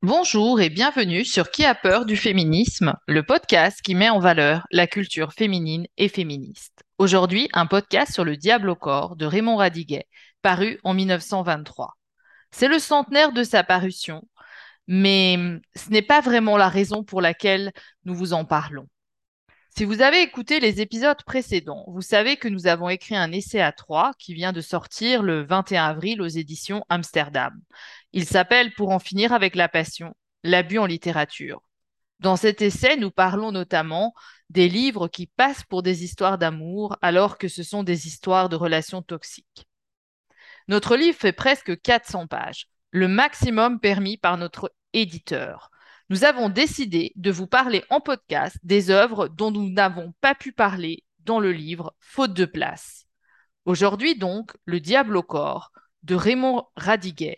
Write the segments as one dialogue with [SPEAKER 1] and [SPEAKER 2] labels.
[SPEAKER 1] Bonjour et bienvenue sur Qui a peur du féminisme, le podcast qui met en valeur la culture féminine et féministe. Aujourd'hui, un podcast sur Le diable au corps de Raymond Radiguet, paru en 1923. C'est le centenaire de sa parution, mais ce n'est pas vraiment la raison pour laquelle nous vous en parlons. Si vous avez écouté les épisodes précédents, vous savez que nous avons écrit un essai à trois qui vient de sortir le 21 avril aux éditions Amsterdam. Il s'appelle Pour en finir avec la passion, l'abus en littérature. Dans cet essai, nous parlons notamment des livres qui passent pour des histoires d'amour alors que ce sont des histoires de relations toxiques. Notre livre fait presque 400 pages, le maximum permis par notre éditeur. Nous avons décidé de vous parler en podcast des œuvres dont nous n'avons pas pu parler dans le livre, faute de place. Aujourd'hui donc, Le diable au corps de Raymond Radiguet,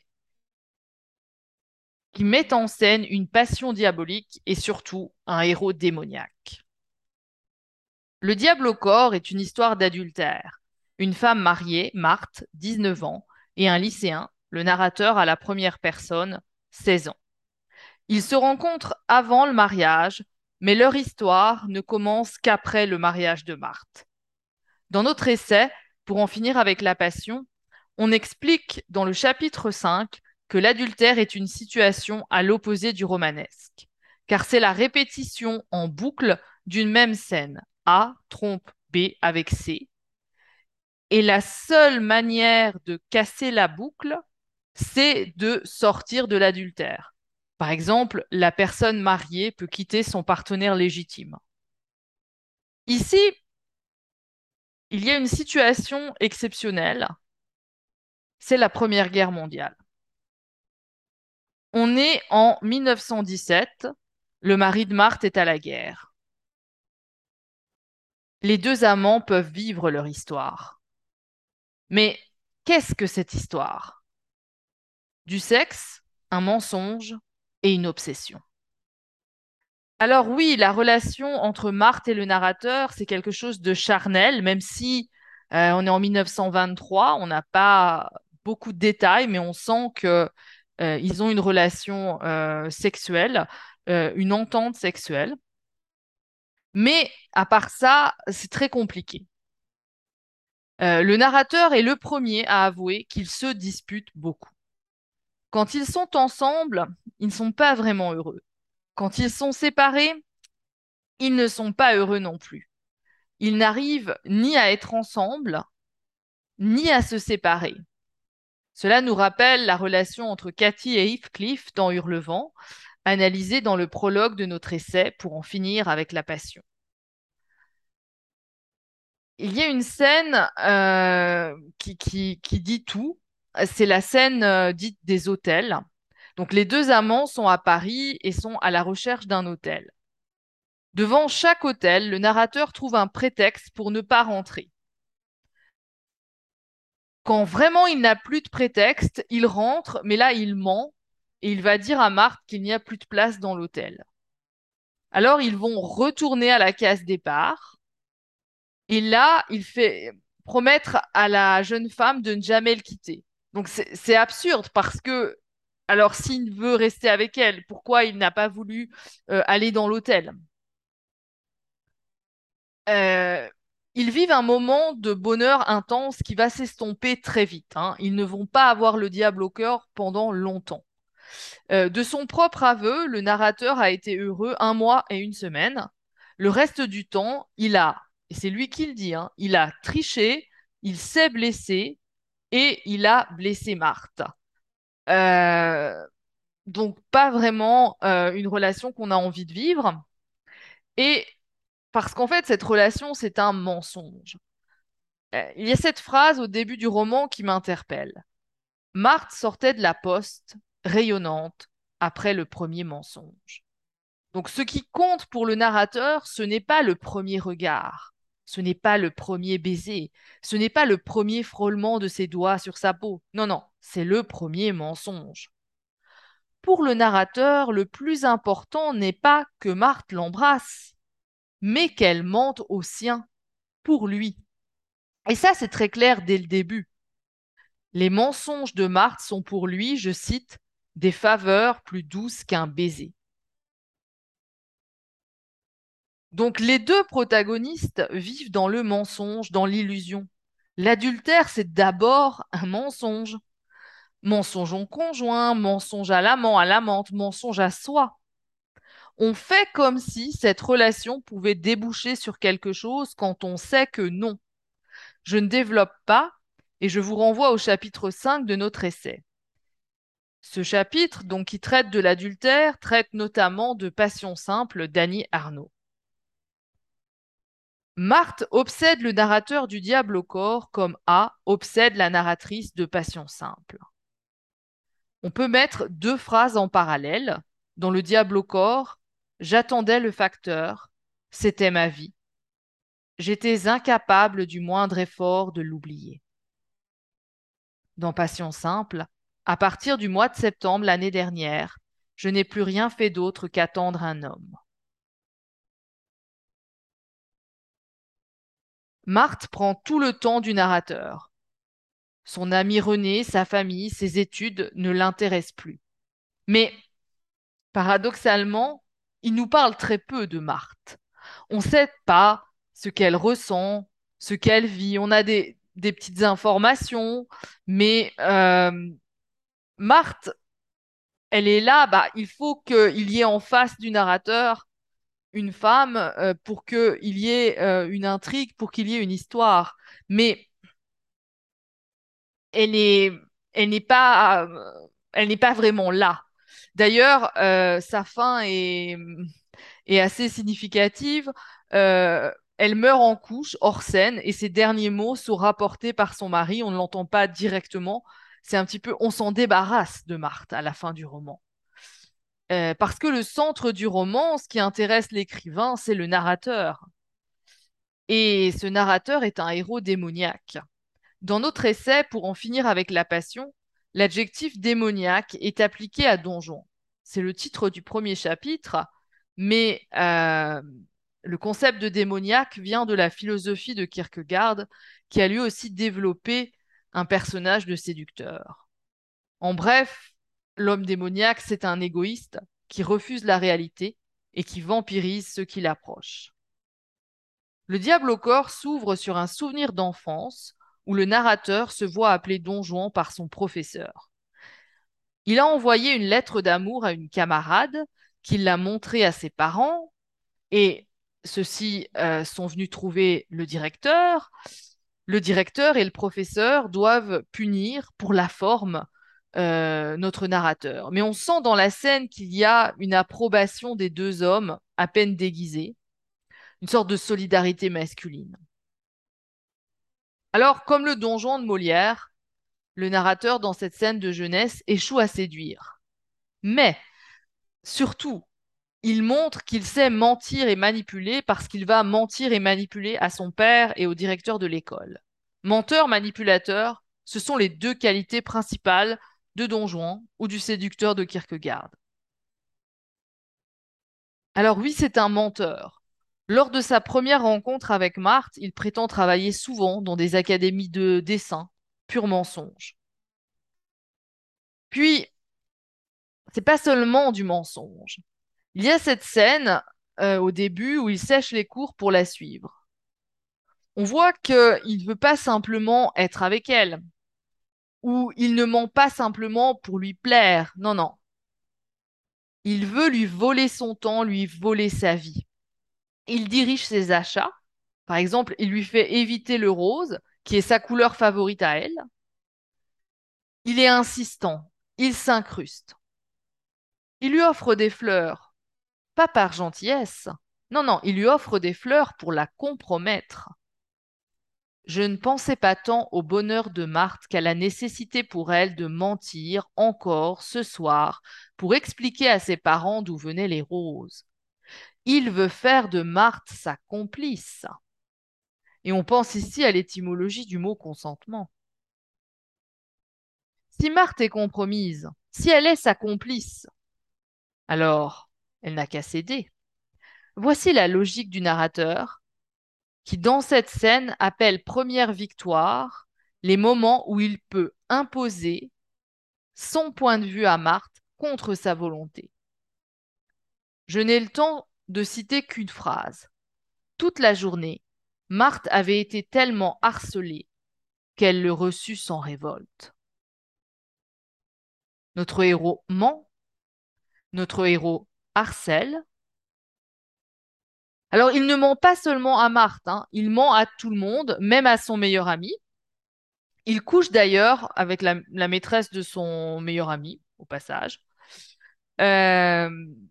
[SPEAKER 1] qui met en scène une passion diabolique et surtout un héros démoniaque. Le diable au corps est une histoire d'adultère. Une femme mariée, Marthe, 19 ans, et un lycéen, le narrateur à la première personne, 16 ans. Ils se rencontrent avant le mariage, mais leur histoire ne commence qu'après le mariage de Marthe. Dans notre essai, pour en finir avec la passion, on explique dans le chapitre 5 que l'adultère est une situation à l'opposé du romanesque, car c'est la répétition en boucle d'une même scène. A trompe B avec C. Et la seule manière de casser la boucle, c'est de sortir de l'adultère. Par exemple, la personne mariée peut quitter son partenaire légitime. Ici, il y a une situation exceptionnelle, c'est la Première Guerre mondiale. On est en 1917, le mari de Marthe est à la guerre. Les deux amants peuvent vivre leur histoire. Mais qu'est-ce que cette histoire? Du sexe, un mensonge et une obsession. Alors oui, la relation entre Marthe et le narrateur, c'est quelque chose de charnel, même si on est en 1923, on n'a pas beaucoup de détails, mais on sent que ils ont une relation sexuelle, une entente sexuelle. Mais à part ça, c'est très compliqué. Le narrateur est le premier à avouer qu'ils se disputent beaucoup. Quand ils sont ensemble, ils ne sont pas vraiment heureux. Quand ils sont séparés, ils ne sont pas heureux non plus. Ils n'arrivent ni à être ensemble, ni à se séparer. Cela nous rappelle la relation entre Cathy et Heathcliff dans Hurlevent, analysée dans le prologue de notre essai pour en finir avec la passion. Il y a une scène qui dit tout. C'est la scène dite des hôtels. Donc les deux amants sont à Paris et sont à la recherche d'un hôtel. Devant chaque hôtel, le narrateur trouve un prétexte pour ne pas rentrer. Quand vraiment il n'a plus de prétexte, il rentre, mais là il ment et il va dire à Marthe qu'il n'y a plus de place dans l'hôtel. Alors ils vont retourner à la case départ et là il fait promettre à la jeune femme de ne jamais le quitter. Donc c'est absurde parce que alors s'il veut rester avec elle, pourquoi il n'a pas voulu aller dans l'hôtel? Euh, Ils vivent un moment de bonheur intense qui va s'estomper très vite, hein. Ils ne vont pas avoir le diable au cœur pendant longtemps. De son propre aveu, le narrateur a été heureux un mois et une semaine. Le reste du temps, et c'est lui qui le dit, hein, il a triché, il s'est blessé et il a blessé Marthe. Euh, donc pas vraiment une relation qu'on a envie de vivre. Et parce qu'en fait, cette relation, c'est un mensonge. Il y a cette phrase au début du roman qui m'interpelle. Marthe sortait de la poste, rayonnante, après le premier mensonge. Donc ce qui compte pour le narrateur, ce n'est pas le premier regard, ce n'est pas le premier baiser, ce n'est pas le premier frôlement de ses doigts sur sa peau. Non, non, c'est le premier mensonge. Pour le narrateur, le plus important n'est pas que Marthe l'embrasse, mais qu'elle mente au sien, pour lui. Et ça, c'est très clair dès le début. Les mensonges de Marthe sont pour lui, je cite, des faveurs plus douces qu'un baiser. Donc les deux protagonistes vivent dans le mensonge, dans l'illusion. L'adultère, c'est d'abord un mensonge. Mensonge au conjoint, mensonge à l'amant, à l'amante, mensonge à soi. On fait comme si cette relation pouvait déboucher sur quelque chose quand on sait que non. Je ne développe pas et je vous renvoie au chapitre 5 de notre essai. Ce chapitre, donc, qui traite de l'adultère, traite notamment de Passion simple d'Annie Arnaud. Marthe obsède le narrateur du Diable au corps comme A obsède la narratrice de Passion simple. On peut mettre deux phrases en parallèle. Dans le Diable au corps, j'attendais le facteur, c'était ma vie. J'étais incapable du moindre effort de l'oublier. Dans Passion simple, à partir du mois de septembre l'année dernière, je n'ai plus rien fait d'autre qu'attendre un homme. Marthe prend tout le temps du narrateur. Son ami René, sa famille, ses études ne l'intéressent plus. Mais, paradoxalement, il nous parle très peu de Marthe. On ne sait pas ce qu'elle ressent, ce qu'elle vit. On a des petites informations, mais Marthe, elle est là, bah, il faut qu'il y ait en face du narrateur une femme pour qu'il y ait une intrigue, pour qu'il y ait une histoire. Mais elle est, elle n'est pas, elle n'est pas vraiment là. D'ailleurs, sa fin est assez significative. Elle meurt en couche, hors scène, et ses derniers mots sont rapportés par son mari. On ne l'entend pas directement. C'est un petit peu, on s'en débarrasse de Marthe à la fin du roman. Parce que le centre du roman, ce qui intéresse l'écrivain, c'est le narrateur. Et ce narrateur est un héros démoniaque. Dans notre essai, pour en finir avec la passion, l'adjectif démoniaque est appliqué à Don Juan. C'est le titre du premier chapitre, mais le concept de démoniaque vient de la philosophie de Kierkegaard, qui a lui aussi développé un personnage de séducteur. En bref, l'homme démoniaque, c'est un égoïste qui refuse la réalité et qui vampirise ceux qui l'approchent. Le Diable au corps s'ouvre sur un souvenir d'enfance où le narrateur se voit appeler Don Juan par son professeur. Il a envoyé une lettre d'amour à une camarade qui l'a montrée à ses parents et ceux-ci sont venus trouver le directeur. Le directeur et le professeur doivent punir pour la forme notre narrateur. Mais on sent dans la scène qu'il y a une approbation des deux hommes à peine déguisés, une sorte de solidarité masculine. Alors, comme le donjon de Molière, le narrateur dans cette scène de jeunesse échoue à séduire. Mais, surtout, il montre qu'il sait mentir et manipuler parce qu'il va mentir et manipuler à son père et au directeur de l'école. Menteur, manipulateur, ce sont les deux qualités principales de Don Juan ou du séducteur de Kierkegaard. Alors oui, c'est un menteur. Lors de sa première rencontre avec Marthe, il prétend travailler souvent dans des académies de dessin, pur mensonge. Puis, c'est pas seulement du mensonge. Il y a cette scène au début où il sèche les cours pour la suivre. On voit qu'il ne veut pas simplement être avec elle, ou il ne ment pas simplement pour lui plaire. Non, non. Il veut lui voler son temps, lui voler sa vie. Il dirige ses achats. Par exemple, il lui fait éviter le rose, qui est sa couleur favorite à elle. Il est insistant. Il s'incruste. Il lui offre des fleurs, pas par gentillesse. Non, non, il lui offre des fleurs pour la compromettre. Je ne pensais pas tant au bonheur de Marthe qu'à la nécessité pour elle de mentir encore ce soir pour expliquer à ses parents d'où venaient les roses. Il veut faire de Marthe sa complice. Et on pense ici à l'étymologie du mot consentement. Si Marthe est compromise, si elle est sa complice, alors elle n'a qu'à céder. Voici la logique du narrateur qui, dans cette scène, appelle première victoire les moments où il peut imposer son point de vue à Marthe contre sa volonté. Je n'ai le temps de citer qu'une phrase. Toute la journée, Marthe avait été tellement harcelée qu'elle le reçut sans révolte. Notre héros ment, notre héros harcèle. Alors, il ne ment pas seulement à Marthe, hein, il ment à tout le monde, même à son meilleur ami. Il couche d'ailleurs avec la maîtresse de son meilleur ami, au passage. Euh,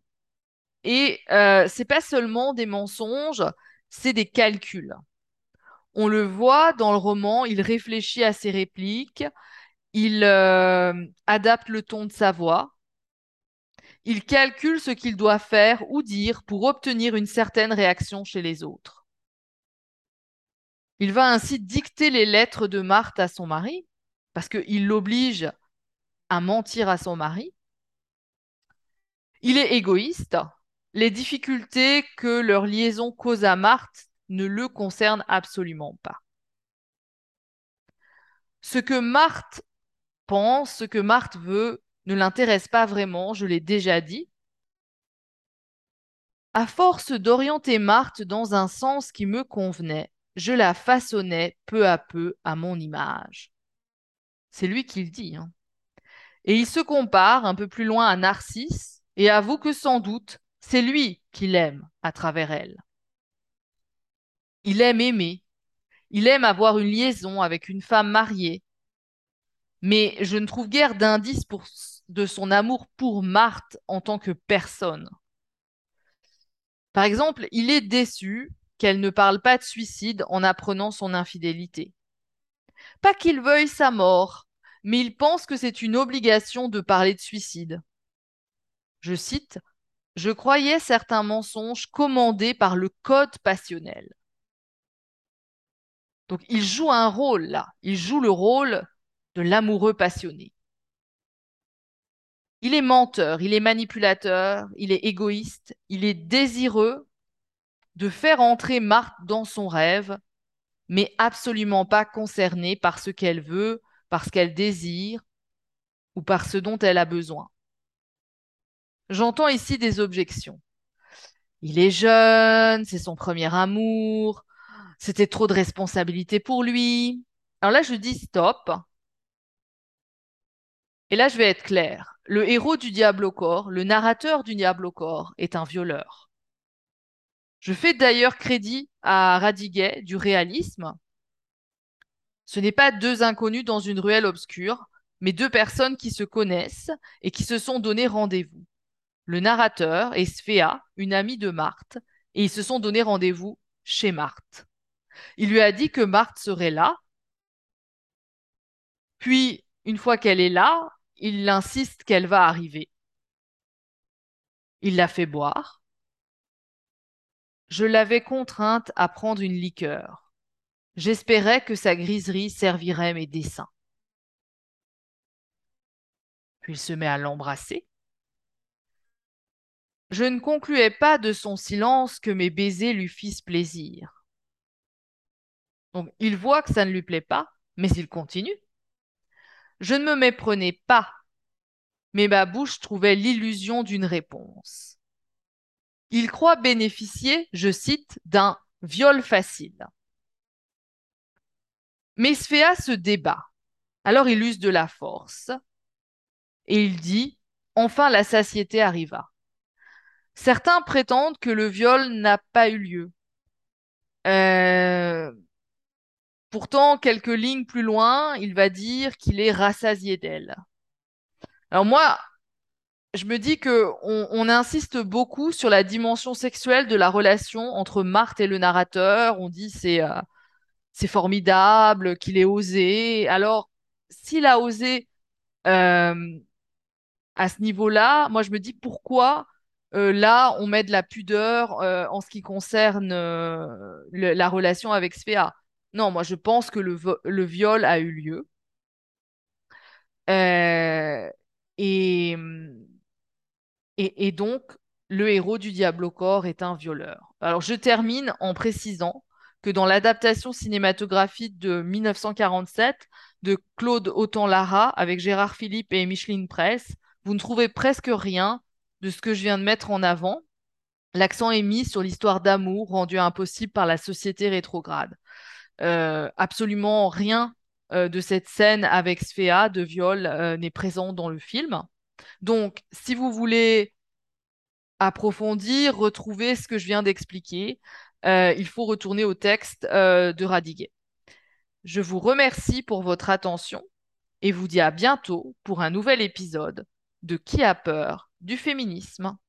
[SPEAKER 1] c'est pas seulement des mensonges, c'est des calculs. On le voit dans le roman, il réfléchit à ses répliques, il adapte le ton de sa voix, il calcule ce qu'il doit faire ou dire pour obtenir une certaine réaction chez les autres. Il va ainsi dicter les lettres de Marthe à son mari, parce qu'il l'oblige à mentir à son mari. Il est égoïste. Les difficultés que leur liaison cause à Marthe ne le concernent absolument pas. Ce que Marthe pense, ce que Marthe veut, ne l'intéresse pas vraiment, je l'ai déjà dit. À force d'orienter Marthe dans un sens qui me convenait, je la façonnais peu à peu à mon image. C'est lui qui le dit, hein. Et il se compare un peu plus loin à Narcisse et avoue que sans doute, c'est lui qui l'aime à travers elle. Il aime aimer, il aime avoir une liaison avec une femme mariée, mais je ne trouve guère d'indice de son amour pour Marthe en tant que personne. Par exemple, il est déçu qu'elle ne parle pas de suicide en apprenant son infidélité. Pas qu'il veuille sa mort, mais il pense que c'est une obligation de parler de suicide. Je cite, je croyais certains mensonges commandés par le code passionnel. Donc il joue un rôle là, il joue le rôle de l'amoureux passionné. Il est menteur, il est manipulateur, il est égoïste, il est désireux de faire entrer Marthe dans son rêve, mais absolument pas concerné par ce qu'elle veut, par ce qu'elle désire ou par ce dont elle a besoin. J'entends ici des objections. Il est jeune, c'est son premier amour, c'était trop de responsabilités pour lui. Alors là, je dis stop. Et là, je vais être claire. Le héros du Diable au corps, le narrateur du Diable au corps, est un violeur. Je fais d'ailleurs crédit à Radiguet du réalisme. Ce n'est pas deux inconnus dans une ruelle obscure, mais deux personnes qui se connaissent et qui se sont donné rendez-vous. Le narrateur est Sphea, une amie de Marthe, et ils se sont donné rendez-vous chez Marthe. Il lui a dit que Marthe serait là, puis, une fois qu'elle est là, il insiste qu'elle va arriver. Il la fait boire. Je l'avais contrainte à prendre une liqueur. J'espérais que sa griserie servirait mes desseins. Puis il se met à l'embrasser. Je ne concluais pas de son silence que mes baisers lui fissent plaisir. Donc il voit que ça ne lui plaît pas, mais il continue. Je ne me méprenais pas, mais ma bouche trouvait l'illusion d'une réponse. Il croit bénéficier, je cite, d'un viol facile. Mais Sphea se débat. Alors il use de la force et il dit, enfin la satiété arriva. Certains prétendent que le viol n'a pas eu lieu. Euh, Pourtant, quelques lignes plus loin, il va dire qu'il est rassasié d'elle. Alors moi, je me dis que on insiste beaucoup sur la dimension sexuelle de la relation entre Marthe et le narrateur. On dit c'est formidable qu'il ait osé. Alors, s'il a osé euh, à ce niveau-là, moi je me dis pourquoi là on met de la pudeur en ce qui concerne la relation avec Sphea. Non, moi je pense que le viol a eu lieu. Euh, et, et donc le héros du Diable au corps est un violeur. Alors je termine en précisant que dans l'adaptation cinématographique de 1947 de Claude Autant-Lara avec Gérard Philippe et Micheline Press, vous ne trouvez presque rien de ce que je viens de mettre en avant. L'accent est mis sur l'histoire d'amour rendue impossible par la société rétrograde. Absolument rien de cette scène avec Sfea de viol n'est présent dans le film. Donc, si vous voulez approfondir, retrouver ce que je viens d'expliquer, il faut retourner au texte de Radiguet. Je vous remercie pour votre attention et vous dis à bientôt pour un nouvel épisode de Qui a peur du féminisme?